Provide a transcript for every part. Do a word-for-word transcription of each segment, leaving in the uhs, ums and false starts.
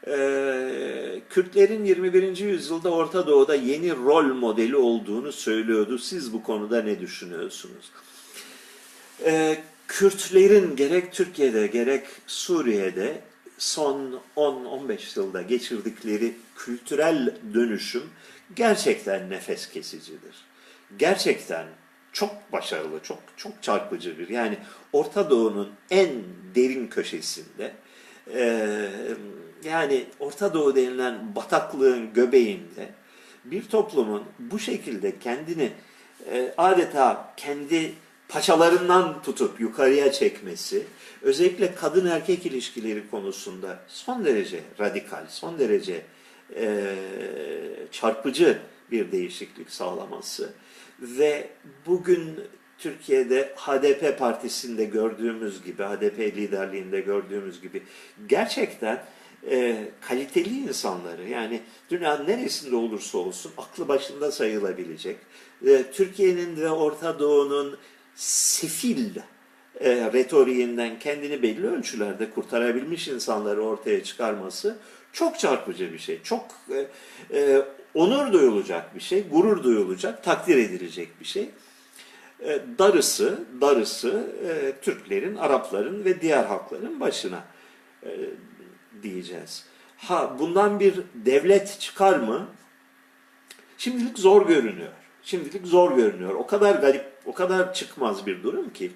Ee, Kürtlerin yirmi birinci yüzyılda Orta Doğu'da yeni rol modeli olduğunu söylüyordu. Siz bu konuda ne düşünüyorsunuz? Ee, Kürtlerin gerek Türkiye'de gerek Suriye'de son on on beş yılda geçirdikleri kültürel dönüşüm gerçekten nefes kesicidir. Gerçekten çok başarılı, çok çok çarpıcı bir. Yani Orta Doğu'nun en derin köşesinde, e, yani Orta Doğu denilen bataklığın göbeğinde bir toplumun bu şekilde kendini e, adeta kendi paçalarından tutup yukarıya çekmesi, özellikle kadın erkek ilişkileri konusunda son derece radikal, son derece e, çarpıcı bir değişiklik sağlaması ve bugün Türkiye'de H D P partisinde gördüğümüz gibi, H D P liderliğinde gördüğümüz gibi gerçekten e, kaliteli insanları, yani dünyanın neresinde olursa olsun aklı başında sayılabilecek, e, Türkiye'nin ve Orta Doğu'nun sefil e, retoriğinden kendini belli ölçülerde kurtarabilmiş insanları ortaya çıkarması çok çarpıcı bir şey. Çok e, e, onur duyulacak bir şey, gurur duyulacak, takdir edilecek bir şey. E, darısı, darısı e, Türklerin, Arapların ve diğer halkların başına e, diyeceğiz. Ha, bundan bir devlet çıkar mı? Şimdilik zor görünüyor. Şimdilik zor görünüyor. O kadar garip, o kadar çıkmaz bir durum ki.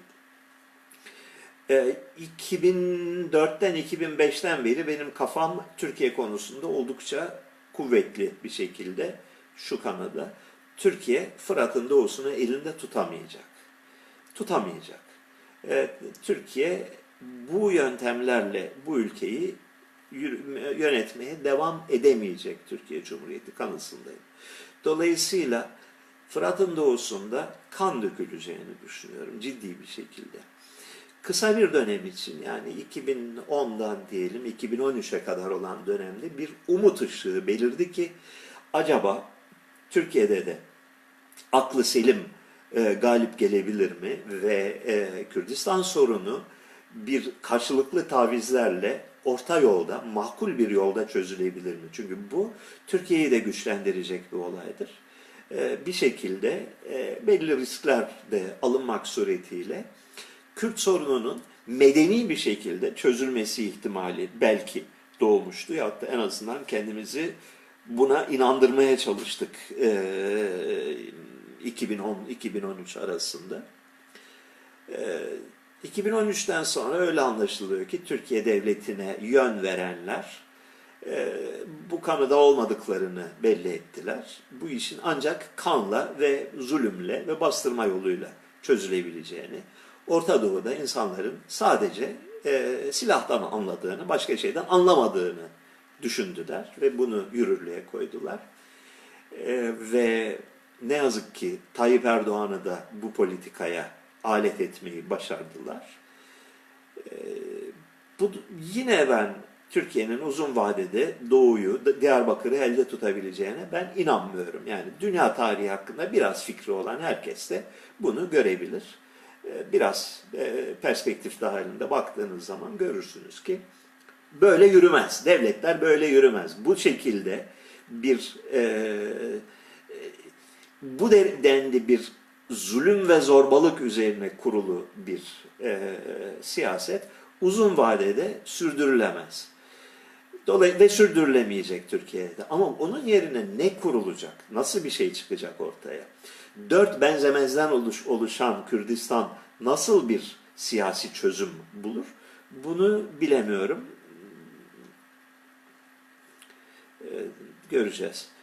E, iki bin dörtten iki bin beşten beri benim kafam Türkiye konusunda oldukça kuvvetli bir şekilde şu kanıda. Türkiye Fırat'ın doğusunu elinde tutamayacak. Tutamayacak. E, Türkiye bu yöntemlerle bu ülkeyi yönetmeye devam edemeyecek, Türkiye Cumhuriyeti kanısındayım. Dolayısıyla Fırat'ın doğusunda kan döküleceğini düşünüyorum ciddi bir şekilde. Kısa bir dönem için, yani iki bin ondan diyelim iki bin on üçe kadar olan dönemde bir umut ışığı belirdi ki acaba Türkiye'de de aklı selim e, galip gelebilir mi ve e, Kürdistan sorunu bir karşılıklı tavizlerle orta yolda, makul bir yolda çözülebilir mi? Çünkü bu Türkiye'yi de güçlendirecek bir olaydır. E, bir şekilde e, belli riskler de alınmak suretiyle Kürt sorununun medeni bir şekilde çözülmesi ihtimali belki doğmuştu. Ya da en azından kendimizi buna inandırmaya çalıştık e, iki bin on iki bin on üç arasında. E, iki bin on üçten sonra öyle anlaşılıyor ki Türkiye devletine yön verenler e, bu kanıda olmadıklarını belli ettiler. Bu işin ancak kanla ve zulümle ve bastırma yoluyla çözülebileceğini, Orta Doğu'da insanların sadece e, silahtan anladığını, başka şeyden anlamadığını düşündüler ve bunu yürürlüğe koydular. E, ve ne yazık ki Tayyip Erdoğan'ı da bu politikaya alet etmeyi başardılar. E, bu, yine ben Türkiye'nin uzun vadede Doğu'yu, Diyarbakır'ı elde tutabileceğine ben inanmıyorum. Yani dünya tarihi hakkında biraz fikri olan herkes de bunu görebilir. Biraz perspektif dahilinde baktığınız zaman görürsünüz ki böyle yürümez. Devletler böyle yürümez. Bu şekilde bir e, bu denli bir zulüm ve zorbalık üzerine kurulu bir e, siyaset uzun vadede sürdürülemez. Dolayısıyla ve sürdürülemeyecek Türkiye'de. Ama onun yerine ne kurulacak? Nasıl bir şey çıkacak ortaya? Dört benzemezden oluş, oluşan Kürdistan nasıl bir siyasi çözüm bulur? Bunu bilemiyorum. Ee, göreceğiz.